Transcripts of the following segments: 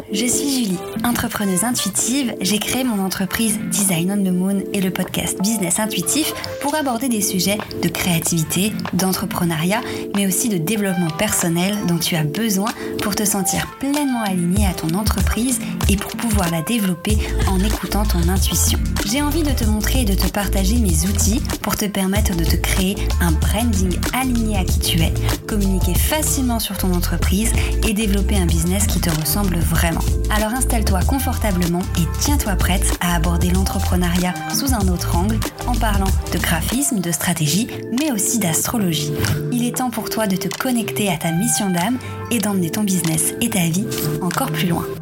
Je suis Julie, entrepreneuse intuitive. J'ai créé mon entreprise Design on the Moon et le podcast Business Intuitif pour aborder des sujets de créativité, d'entrepreneuriat, mais aussi de développement personnel dont tu as besoin pour te sentir pleinement aligné à ton entreprise et pour pouvoir la développer en écoutant ton intuition. J'ai envie de te montrer et de te partager mes outils pour te permettre de te créer un branding aligné à qui tu es, communiquer facilement sur ton entreprise et développer un business qui te ressemble vraiment. Alors installe-toi confortablement et tiens-toi prête à aborder l'entrepreneuriat sous un autre angle en parlant de graphisme, de stratégie, mais aussi d'astrologie. Il est temps pour toi de te connecter à ta mission d'âme et d'emmener ton business et ta vie encore plus loin.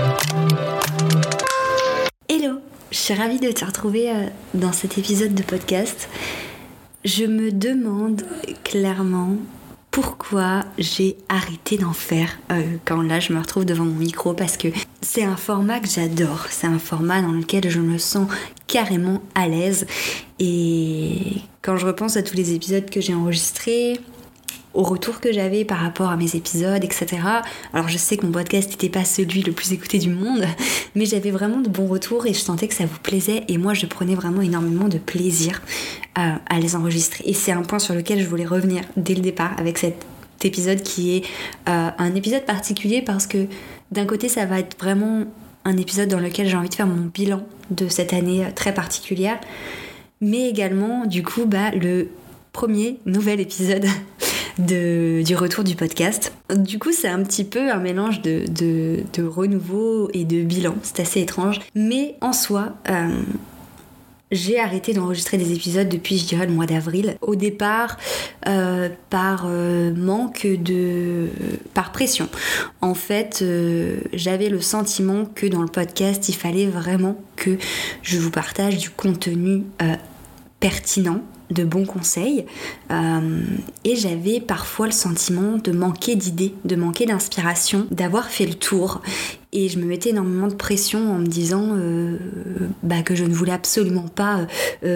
Hello, je suis ravie de te retrouver dans cet épisode de podcast. Je me demande clairement pourquoi j'ai arrêté d'en faire quand là je me retrouve devant mon micro, parce que c'est un format que j'adore, c'est un format dans lequel je me sens carrément à l'aise. Et quand je repense à tous les épisodes que j'ai enregistrés, au retour que j'avais par rapport à mes épisodes, etc. Alors je sais que mon podcast n'était pas celui le plus écouté du monde, mais j'avais vraiment de bons retours et je sentais que ça vous plaisait, et moi je prenais vraiment énormément de plaisir à les enregistrer. Et c'est un point sur lequel je voulais revenir dès le départ avec cet épisode qui est un épisode particulier, parce que d'un côté ça va être vraiment un épisode dans lequel j'ai envie de faire mon bilan de cette année très particulière, mais également du coup le premier nouvel épisode du retour du podcast. Du coup c'est un petit peu un mélange de renouveau et de bilan, c'est assez étrange, mais en soi j'ai arrêté d'enregistrer des épisodes depuis, je dirais, le mois d'avril. Au départ, par pression. En fait, j'avais le sentiment que dans le podcast, il fallait vraiment que je vous partage du contenu pertinent, de bons conseils, et j'avais parfois le sentiment de manquer d'idées, de manquer d'inspiration, d'avoir fait le tour, et je me mettais énormément de pression en me disant que je ne voulais absolument pas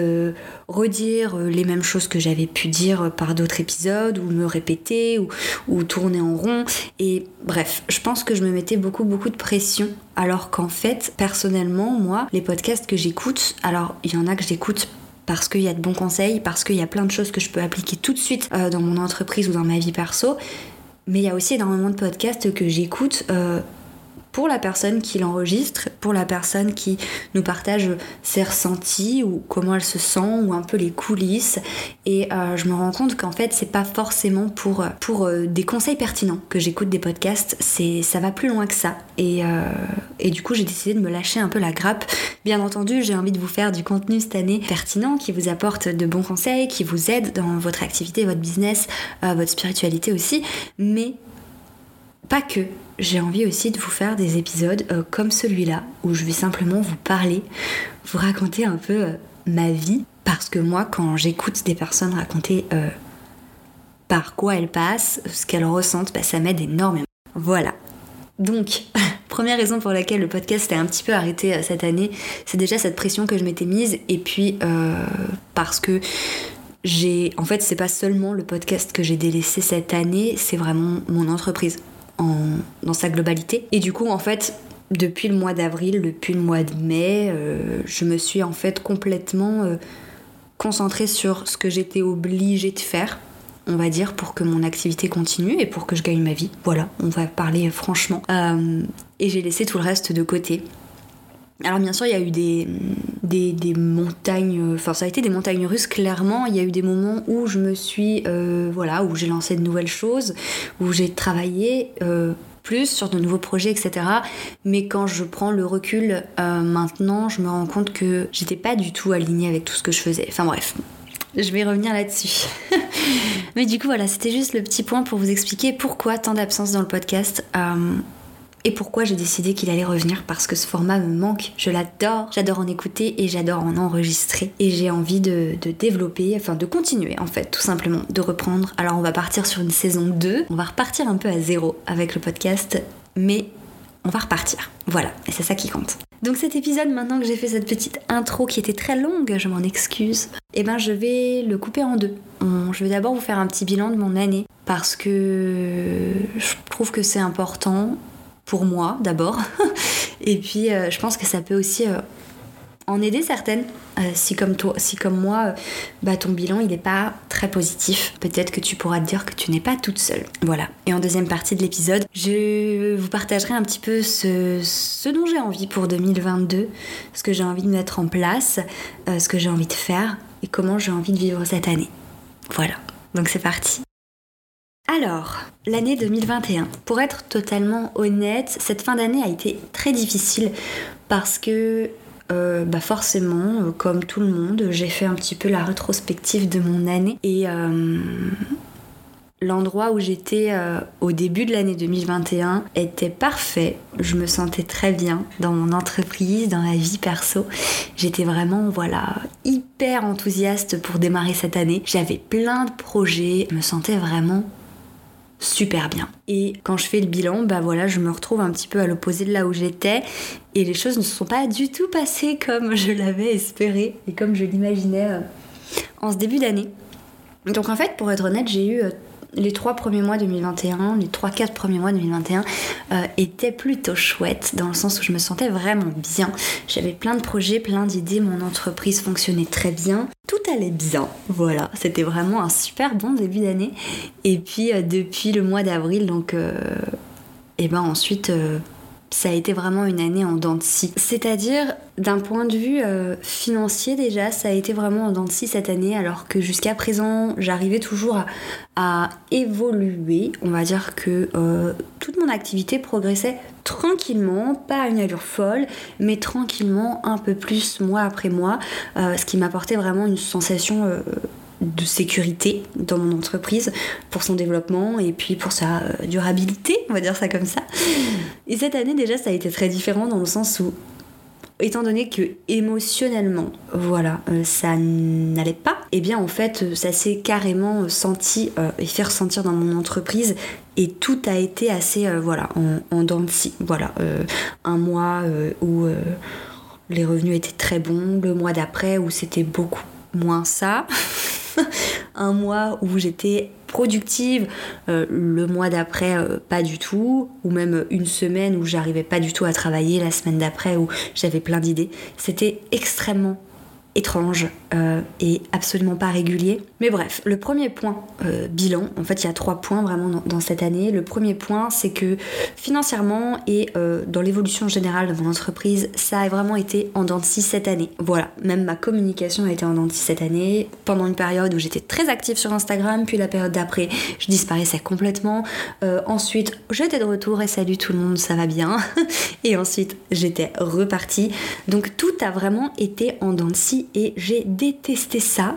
redire les mêmes choses que j'avais pu dire par d'autres épisodes, ou me répéter, ou tourner en rond, et bref, je pense que je me mettais beaucoup de pression, alors qu'en fait, personnellement, moi, les podcasts que j'écoute, alors il y en a que j'écoute parce qu'il y a de bons conseils, parce qu'il y a plein de choses que je peux appliquer tout de suite dans mon entreprise ou dans ma vie perso. Mais il y a aussi énormément de podcasts que j'écoute pour la personne qui l'enregistre, pour la personne qui nous partage ses ressentis ou comment elle se sent, ou un peu les coulisses. Et je me rends compte qu'en fait c'est pas forcément pour des conseils pertinents que j'écoute des podcasts, ça va plus loin que ça. Et du coup j'ai décidé de me lâcher un peu la grappe. Bien entendu, j'ai envie de vous faire du contenu cette année pertinent, qui vous apporte de bons conseils, qui vous aide dans votre activité, votre business, votre spiritualité aussi, mais pas que. J'ai envie aussi de vous faire des épisodes comme celui-là, où je vais simplement vous parler, vous raconter un peu ma vie, parce que moi, quand j'écoute des personnes raconter par quoi elles passent, ce qu'elles ressentent, ça m'aide énormément. Voilà. Donc, première raison pour laquelle le podcast est un petit peu arrêté cette année, c'est déjà cette pression que je m'étais mise, et puis parce que en fait, c'est pas seulement le podcast que j'ai délaissé cette année, c'est vraiment mon entreprise dans sa globalité. Et du coup, en fait, depuis le mois d'avril, depuis le mois de mai, je me suis en fait complètement concentrée sur ce que j'étais obligée de faire, on va dire, pour que mon activité continue et pour que je gagne ma vie. Voilà, on va parler franchement. Et j'ai laissé tout le reste de côté. Alors bien sûr, il y a eu des montagnes, enfin ça a été des montagnes russes, clairement. Il y a eu des moments où je me suis, où j'ai lancé de nouvelles choses, où j'ai travaillé plus sur de nouveaux projets, etc. Mais quand je prends le recul maintenant, je me rends compte que j'étais pas du tout alignée avec tout ce que je faisais. Enfin bref, je vais revenir là-dessus. Mais du coup voilà, c'était juste le petit point pour vous expliquer pourquoi tant d'absence dans le podcast. Et pourquoi j'ai décidé qu'il allait revenir, parce que ce format me manque, je l'adore, j'adore en écouter et j'adore en enregistrer, et j'ai envie de développer, enfin de continuer en fait, tout simplement, de reprendre. Alors on va partir sur une saison 2, on va repartir un peu à zéro avec le podcast, mais on va repartir, voilà, et c'est ça qui compte. Donc cet épisode, maintenant que j'ai fait cette petite intro qui était très longue, je m'en excuse, je vais le couper en deux. Je vais d'abord vous faire un petit bilan de mon année, parce que je trouve que c'est important pour moi d'abord. Et puis je pense que ça peut aussi en aider certaines. Si comme moi, ton bilan il n'est pas très positif, peut-être que tu pourras te dire que tu n'es pas toute seule. Voilà. Et en deuxième partie de l'épisode, je vous partagerai un petit peu ce dont j'ai envie pour 2022, ce que j'ai envie de mettre en place, ce que j'ai envie de faire et comment j'ai envie de vivre cette année. Voilà. Donc c'est parti. Alors, l'année 2021. Pour être totalement honnête, cette fin d'année a été très difficile parce que forcément, comme tout le monde, j'ai fait un petit peu la rétrospective de mon année et l'endroit où j'étais au début de l'année 2021 était parfait. Je me sentais très bien dans mon entreprise, dans ma vie perso. J'étais vraiment hyper enthousiaste pour démarrer cette année. J'avais plein de projets, je me sentais vraiment super bien. Et quand je fais le bilan, je me retrouve un petit peu à l'opposé de là où j'étais et les choses ne se sont pas du tout passées comme je l'avais espéré et comme je l'imaginais en ce début d'année. Donc en fait, pour être honnête, j'ai eu les 3 premiers mois 2021, les 3-4 premiers mois 2021 étaient plutôt chouettes dans le sens où je me sentais vraiment bien. J'avais plein de projets, plein d'idées, mon entreprise fonctionnait très bien. Tout allait bien, voilà, c'était vraiment un super bon début d'année. Et puis depuis le mois d'avril, donc ensuite ça a été vraiment une année en dents de scie. C'est-à-dire, d'un point de vue financier déjà, ça a été vraiment en dents de scie cette année, alors que jusqu'à présent, j'arrivais toujours à évoluer. On va dire que toute mon activité progressait tranquillement, pas à une allure folle, mais tranquillement, un peu plus mois après mois, ce qui m'apportait vraiment une sensation de sécurité dans mon entreprise pour son développement et puis pour sa durabilité, on va dire ça comme ça. Et cette année déjà ça a été très différent dans le sens où, étant donné que émotionnellement ça n'allait pas, et bien en fait ça s'est carrément senti et fait ressentir dans mon entreprise et tout a été assez en dents de scie. Un mois où les revenus étaient très bons, le mois d'après où c'était beaucoup moins ça. Un mois où j'étais productive, le mois d'après pas du tout, ou même une semaine où j'arrivais pas du tout à travailler, la semaine d'après où j'avais plein d'idées. C'était extrêmement étrange et absolument pas régulier. Mais bref, le premier point bilan, en fait il y a 3 points vraiment dans cette année. Le premier point, c'est que financièrement et dans l'évolution générale de mon entreprise, ça a vraiment été en dents de scie cette année. Voilà, même ma communication a été en dents de scie cette année, pendant une période où j'étais très active sur Instagram, puis la période d'après, je disparaissais complètement. Ensuite, j'étais de retour et salut tout le monde, ça va bien. Et ensuite, j'étais repartie. Donc tout a vraiment été en dents de scie et j'ai détesté ça.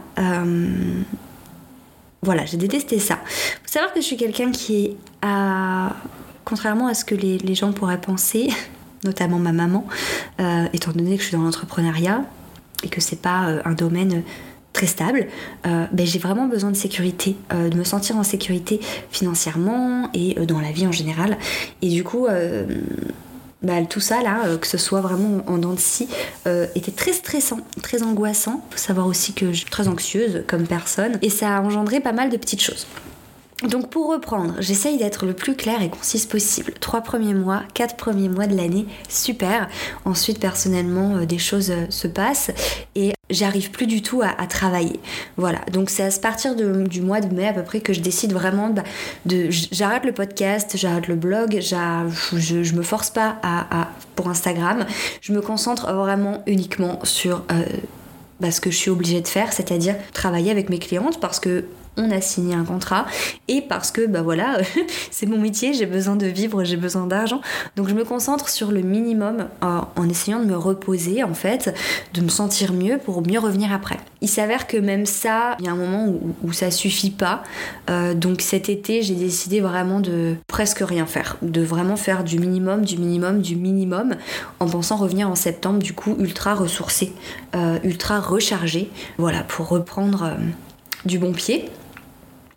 J'ai détesté ça. Faut savoir que je suis quelqu'un qui contrairement à ce que les gens pourraient penser, notamment ma maman, étant donné que je suis dans l'entrepreneuriat et que c'est pas un domaine très stable, j'ai vraiment besoin de sécurité, de me sentir en sécurité financièrement et dans la vie en général. Et du coup tout ça là, que ce soit vraiment en dents de scie, était très stressant, très angoissant. Faut savoir aussi que je suis très anxieuse comme personne et ça a engendré pas mal de petites choses. Donc pour reprendre, j'essaye d'être le plus clair et concise possible. 3 premiers mois, 4 premiers mois de l'année, super. Ensuite, personnellement, des choses se passent et j'arrive plus du tout à travailler. Voilà, donc c'est à partir du mois de mai à peu près que je décide vraiment j'arrête le podcast, j'arrête le blog, je me force pas pour Instagram. Je me concentre vraiment uniquement sur ce que je suis obligée de faire, c'est-à-dire travailler avec mes clientes parce que on a signé un contrat et parce que c'est mon métier, j'ai besoin de vivre, j'ai besoin d'argent, donc je me concentre sur le minimum en essayant de me reposer en fait, de me sentir mieux pour mieux revenir après. Il s'avère que même ça, il y a un moment où ça suffit pas, donc cet été j'ai décidé vraiment de presque rien faire, de vraiment faire du minimum en pensant revenir en septembre du coup ultra ressourcée, ultra rechargée, pour reprendre du bon pied.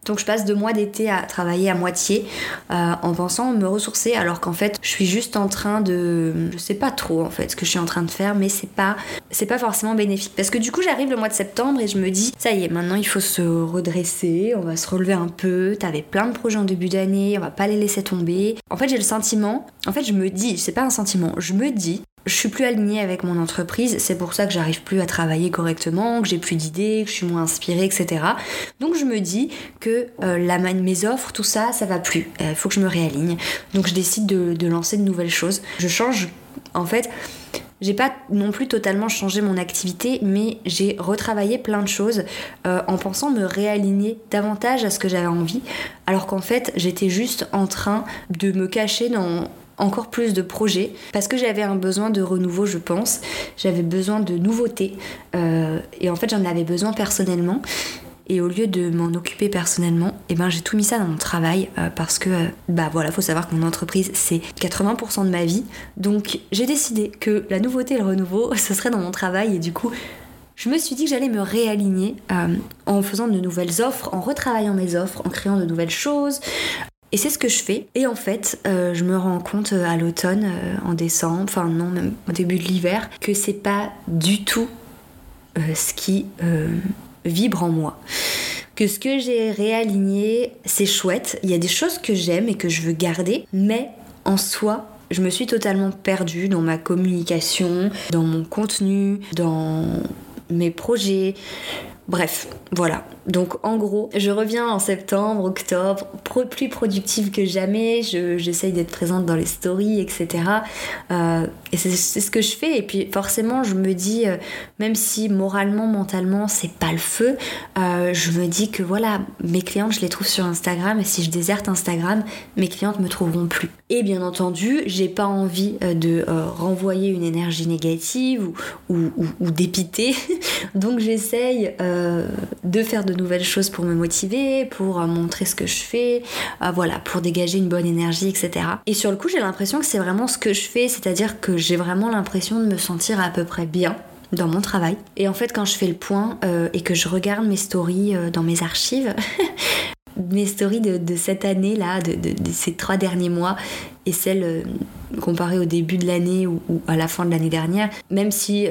Donc je passe 2 mois d'été à travailler à moitié en pensant me ressourcer, alors qu'en fait je suis juste en train de... Je sais pas trop en fait ce que je suis en train de faire, mais c'est pas forcément bénéfique. Parce que du coup j'arrive le mois de septembre et je me dis, ça y est, maintenant il faut se redresser, on va se relever un peu, t'avais plein de projets en début d'année, on va pas les laisser tomber. En fait j'ai le sentiment, je me dis, c'est pas un sentiment, je me dis, je suis plus alignée avec mon entreprise, c'est pour ça que j'arrive plus à travailler correctement, que j'ai plus d'idées, que je suis moins inspirée, etc. Donc je me dis que mes offres, tout ça, ça va plus. Il faut que je me réaligne. Donc je décide de lancer de nouvelles choses. Je change, en fait, j'ai pas non plus totalement changé mon activité, mais j'ai retravaillé plein de choses en pensant me réaligner davantage à ce que j'avais envie, alors qu'en fait j'étais juste en train de me cacher dans encore plus de projets parce que j'avais un besoin de renouveau, je pense. J'avais besoin de nouveautés et en fait j'en avais besoin personnellement. Et au lieu de m'en occuper personnellement, j'ai tout mis ça dans mon travail parce que, faut savoir que mon entreprise, c'est 80% de ma vie. Donc, j'ai décidé que la nouveauté et le renouveau, ce serait dans mon travail. Et du coup, je me suis dit que j'allais me réaligner en faisant de nouvelles offres, en retravaillant mes offres, en créant de nouvelles choses. Et c'est ce que je fais. Et en fait, je me rends compte à l'automne, en décembre, même au début de l'hiver, que c'est pas du tout ce qui... vibre en moi, que ce que j'ai réaligné, c'est chouette, il y a des choses que j'aime et que je veux garder, mais en soi, je me suis totalement perdue dans ma communication, dans mon contenu, dans mes projets. Bref, voilà. Donc en gros, je reviens en septembre, octobre, plus productive que jamais, j'essaye d'être présente dans les stories, etc. Et c'est ce que je fais. Et puis forcément, je me dis, même si moralement, mentalement, c'est pas le feu, je me dis que voilà, mes clientes, je les trouve sur Instagram, et si je déserte Instagram, mes clientes me trouveront plus. Et bien entendu, j'ai pas envie de renvoyer une énergie négative ou d'épiter. Donc j'essaye de faire de nouvelles choses pour me motiver, pour montrer ce que je fais, pour dégager une bonne énergie, etc. Et sur le coup, j'ai l'impression que c'est vraiment ce que je fais, c'est-à-dire que j'ai vraiment l'impression de me sentir à peu près bien dans mon travail. Et en fait, quand je fais le point et que je regarde mes stories dans mes archives, mes stories de cette année-là, de ces 3 derniers mois, et celles comparées au début de l'année ou à la fin de l'année dernière, même si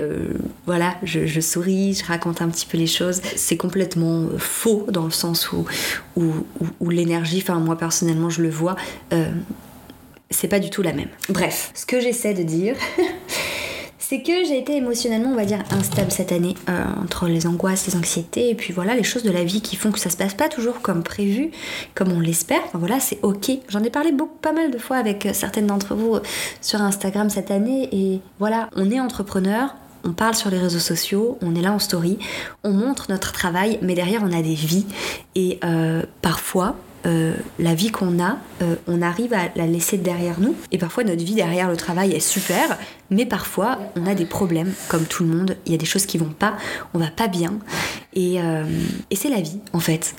je souris, je raconte un petit peu les choses, c'est complètement faux dans le sens où l'énergie, moi personnellement je le vois, c'est pas du tout la même. Bref, ce que j'essaie de dire c'est que j'ai été émotionnellement, on va dire, instable cette année, entre les angoisses, les anxiétés, et puis les choses de la vie qui font que ça se passe pas toujours comme prévu, comme on l'espère. C'est ok. J'en ai parlé pas mal de fois avec certaines d'entre vous sur Instagram cette année, et on est entrepreneur, on parle sur les réseaux sociaux, on est là en story, on montre notre travail, mais derrière on a des vies, et parfois... la vie qu'on a, on arrive à la laisser derrière nous, et parfois notre vie derrière le travail est super, mais parfois on a des problèmes comme tout le monde, il y a des choses qui vont pas, on va pas bien, et c'est la vie en fait.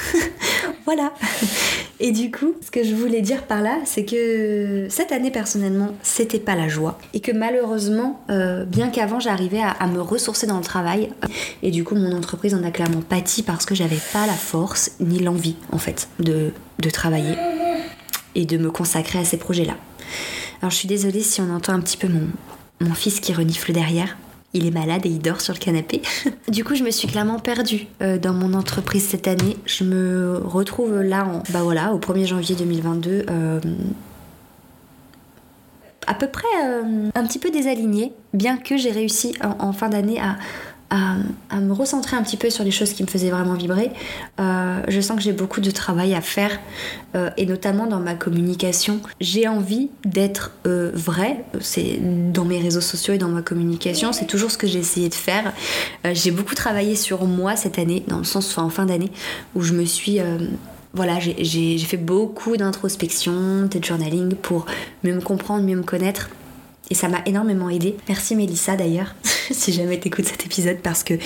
Voilà. Et du coup, ce que je voulais dire par là, c'est que cette année personnellement, c'était pas la joie, et que malheureusement, bien qu'avant j'arrivais à me ressourcer dans le travail, et du coup mon entreprise en a clairement pâti parce que j'avais pas la force ni l'envie en fait de travailler et de me consacrer à ces projets-là. Alors je suis désolée si on entend un petit peu mon fils qui renifle derrière. Il est malade et il dort sur le canapé. Du coup, je me suis clairement perdue dans mon entreprise cette année. Je me retrouve là, au 1er janvier 2022, à peu près un petit peu désalignée, bien que j'ai réussi en fin d'année à me recentrer un petit peu sur les choses qui me faisaient vraiment vibrer. Je sens que j'ai beaucoup de travail à faire, et notamment dans ma communication. J'ai envie d'être vraie, c'est dans mes réseaux sociaux et dans ma communication, c'est toujours ce que j'ai essayé de faire. J'ai beaucoup travaillé sur moi cette année, dans le sens en fin d'année, où je me suis... j'ai fait beaucoup d'introspection, de journaling pour mieux me comprendre, mieux me connaître. Et ça m'a énormément aidée. Merci Mélissa d'ailleurs, si jamais t'écoutes cet épisode, parce que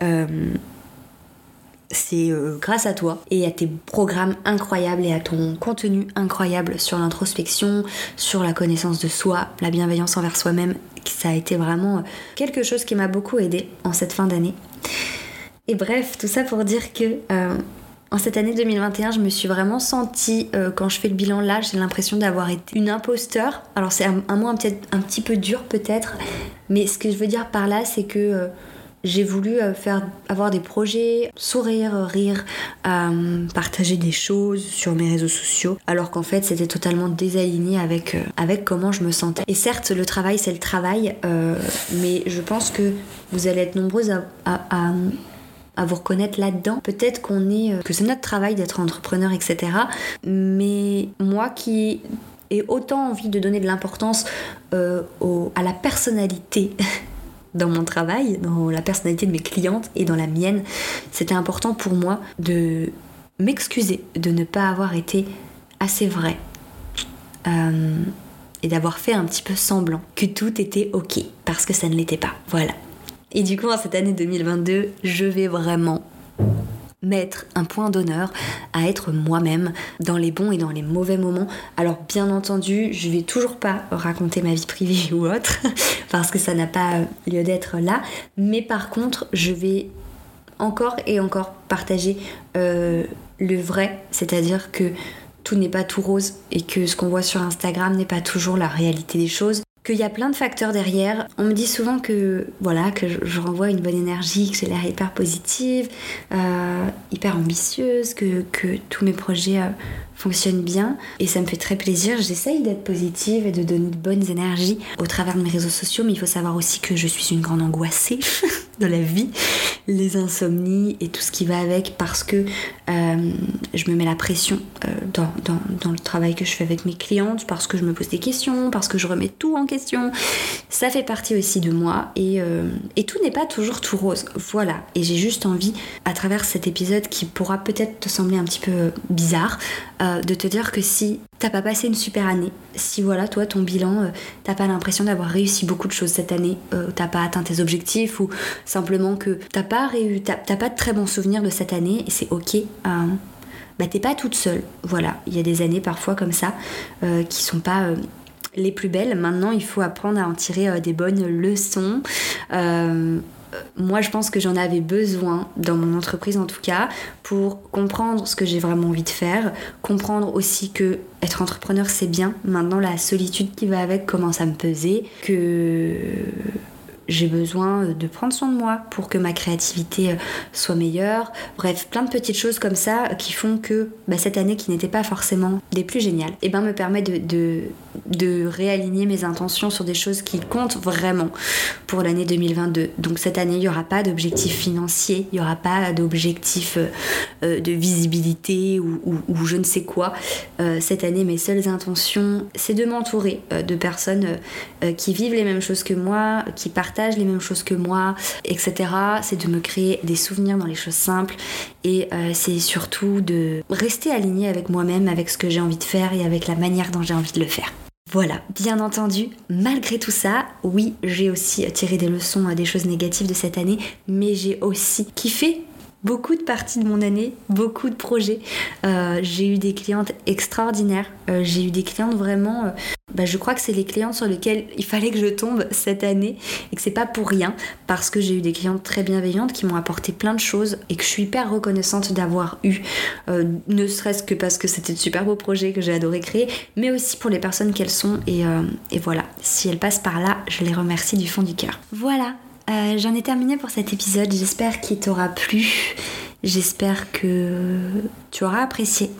c'est grâce à toi et à tes programmes incroyables et à ton contenu incroyable sur l'introspection, sur la connaissance de soi, la bienveillance envers soi-même, que ça a été vraiment quelque chose qui m'a beaucoup aidée en cette fin d'année. Et bref, tout ça pour dire que En cette année 2021, je me suis vraiment sentie, quand je fais le bilan là, j'ai l'impression d'avoir été une imposteur. Alors c'est un mot peut-être un petit peu dur peut-être, mais ce que je veux dire par là, c'est que j'ai voulu avoir des projets, sourire, rire, partager des choses sur mes réseaux sociaux, alors qu'en fait c'était totalement désaligné avec comment je me sentais. Et certes, le travail c'est le travail, mais je pense que vous allez être nombreuses à vous reconnaître là-dedans. Peut-être que c'est notre travail d'être entrepreneur, etc. Mais moi qui ai autant envie de donner de l'importance à la personnalité dans mon travail, dans la personnalité de mes clientes et dans la mienne, c'était important pour moi de m'excuser de ne pas avoir été assez vraie et d'avoir fait un petit peu semblant que tout était ok, parce que ça ne l'était pas. Voilà. Et du coup, en cette année 2022, je vais vraiment mettre un point d'honneur à être moi-même dans les bons et dans les mauvais moments. Alors bien entendu, je vais toujours pas raconter ma vie privée ou autre parce que ça n'a pas lieu d'être là, mais par contre je vais encore et encore partager le vrai, c'est-à-dire que tout n'est pas tout rose et que ce qu'on voit sur Instagram n'est pas toujours la réalité des choses. Qu'il y a plein de facteurs derrière. On me dit souvent que je renvoie une bonne énergie, que j'ai l'air hyper positive, hyper ambitieuse, que tous mes projets fonctionnent bien. Et ça me fait très plaisir. J'essaye d'être positive et de donner de bonnes énergies au travers de mes réseaux sociaux, mais il faut savoir aussi que je suis une grande angoissée de la vie, les insomnies et tout ce qui va avec, parce que je me mets la pression dans le travail que je fais avec mes clientes, parce que je me pose des questions, parce que je remets tout en question. Ça fait partie aussi de moi et tout n'est pas toujours tout rose. Voilà. Et j'ai juste envie, à travers cet épisode qui pourra peut-être te sembler un petit peu bizarre, de te dire que si t'as pas passé une super année, si voilà, toi, ton bilan, t'as pas l'impression d'avoir réussi beaucoup de choses cette année, t'as pas atteint tes objectifs ou simplement que t'as pas de très bons souvenirs de cette année, et c'est ok, t'es pas toute seule. Voilà, il y a des années parfois comme ça qui sont pas les plus belles. Maintenant, il faut apprendre à en tirer des bonnes leçons. Moi, je pense que j'en avais besoin dans mon entreprise, en tout cas, pour comprendre ce que j'ai vraiment envie de faire, comprendre aussi que être entrepreneur, c'est bien. Maintenant, la solitude qui va avec commence à me peser, que j'ai besoin de prendre soin de moi pour que ma créativité soit meilleure. Bref, plein de petites choses comme ça qui font que cette année, qui n'était pas forcément des plus géniales, me permet de réaligner mes intentions sur des choses qui comptent vraiment pour l'année 2022. Donc cette année, il n'y aura pas d'objectif financier, il n'y aura pas d'objectif de visibilité ou je ne sais quoi. Cette année, mes seules intentions, c'est de m'entourer de personnes qui vivent les mêmes choses que moi, qui partagent les mêmes choses que moi, etc. C'est de me créer des souvenirs dans les choses simples et c'est surtout de rester alignée avec moi-même, avec ce que j'ai envie de faire et avec la manière dont j'ai envie de le faire. Voilà, bien entendu, malgré tout ça, oui, j'ai aussi tiré des leçons des choses négatives de cette année, mais j'ai aussi kiffé beaucoup de parties de mon année, beaucoup de projets. J'ai eu des clientes extraordinaires, j'ai eu des clientes vraiment... je crois que c'est les clientes sur lesquelles il fallait que je tombe cette année et que c'est pas pour rien, parce que j'ai eu des clientes très bienveillantes qui m'ont apporté plein de choses et que je suis hyper reconnaissante d'avoir eu, ne serait-ce que parce que c'était de super beaux projets que j'ai adoré créer, mais aussi pour les personnes qu'elles sont et voilà, si elles passent par là, je les remercie du fond du cœur. Voilà. J'en ai terminé pour cet épisode, j'espère qu'il t'aura plu, j'espère que tu auras apprécié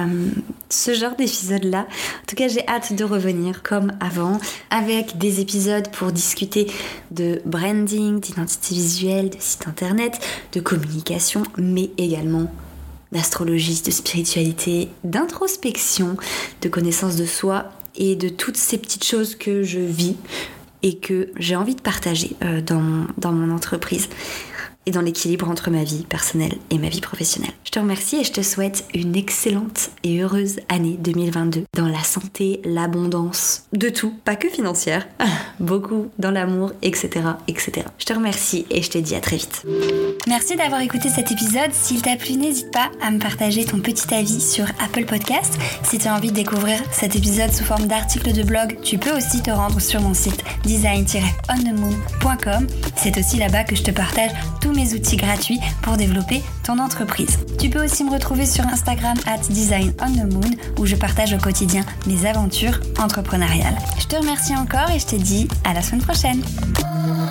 ce genre d'épisode-là. En tout cas, j'ai hâte de revenir comme avant, avec des épisodes pour discuter de branding, d'identité visuelle, de site internet, de communication, mais également d'astrologie, de spiritualité, d'introspection, de connaissance de soi et de toutes ces petites choses que je vis et que j'ai envie de partager dans mon entreprise et dans l'équilibre entre ma vie personnelle et ma vie professionnelle. Je te remercie et je te souhaite une excellente et heureuse année 2022 dans la santé, l'abondance, de tout, pas que financière, beaucoup dans l'amour, etc., etc. Je te remercie et je te dis à très vite. Merci d'avoir écouté cet épisode. S'il t'a plu, n'hésite pas à me partager ton petit avis sur Apple Podcast. Si tu as envie de découvrir cet épisode sous forme d'article de blog, tu peux aussi te rendre sur mon site design-onthemoon.com. C'est aussi là-bas que je te partage tous tous mes outils gratuits pour développer ton entreprise. Tu peux aussi me retrouver sur Instagram @designonthemoon où je partage au quotidien mes aventures entrepreneuriales. Je te remercie encore et je te dis à la semaine prochaine.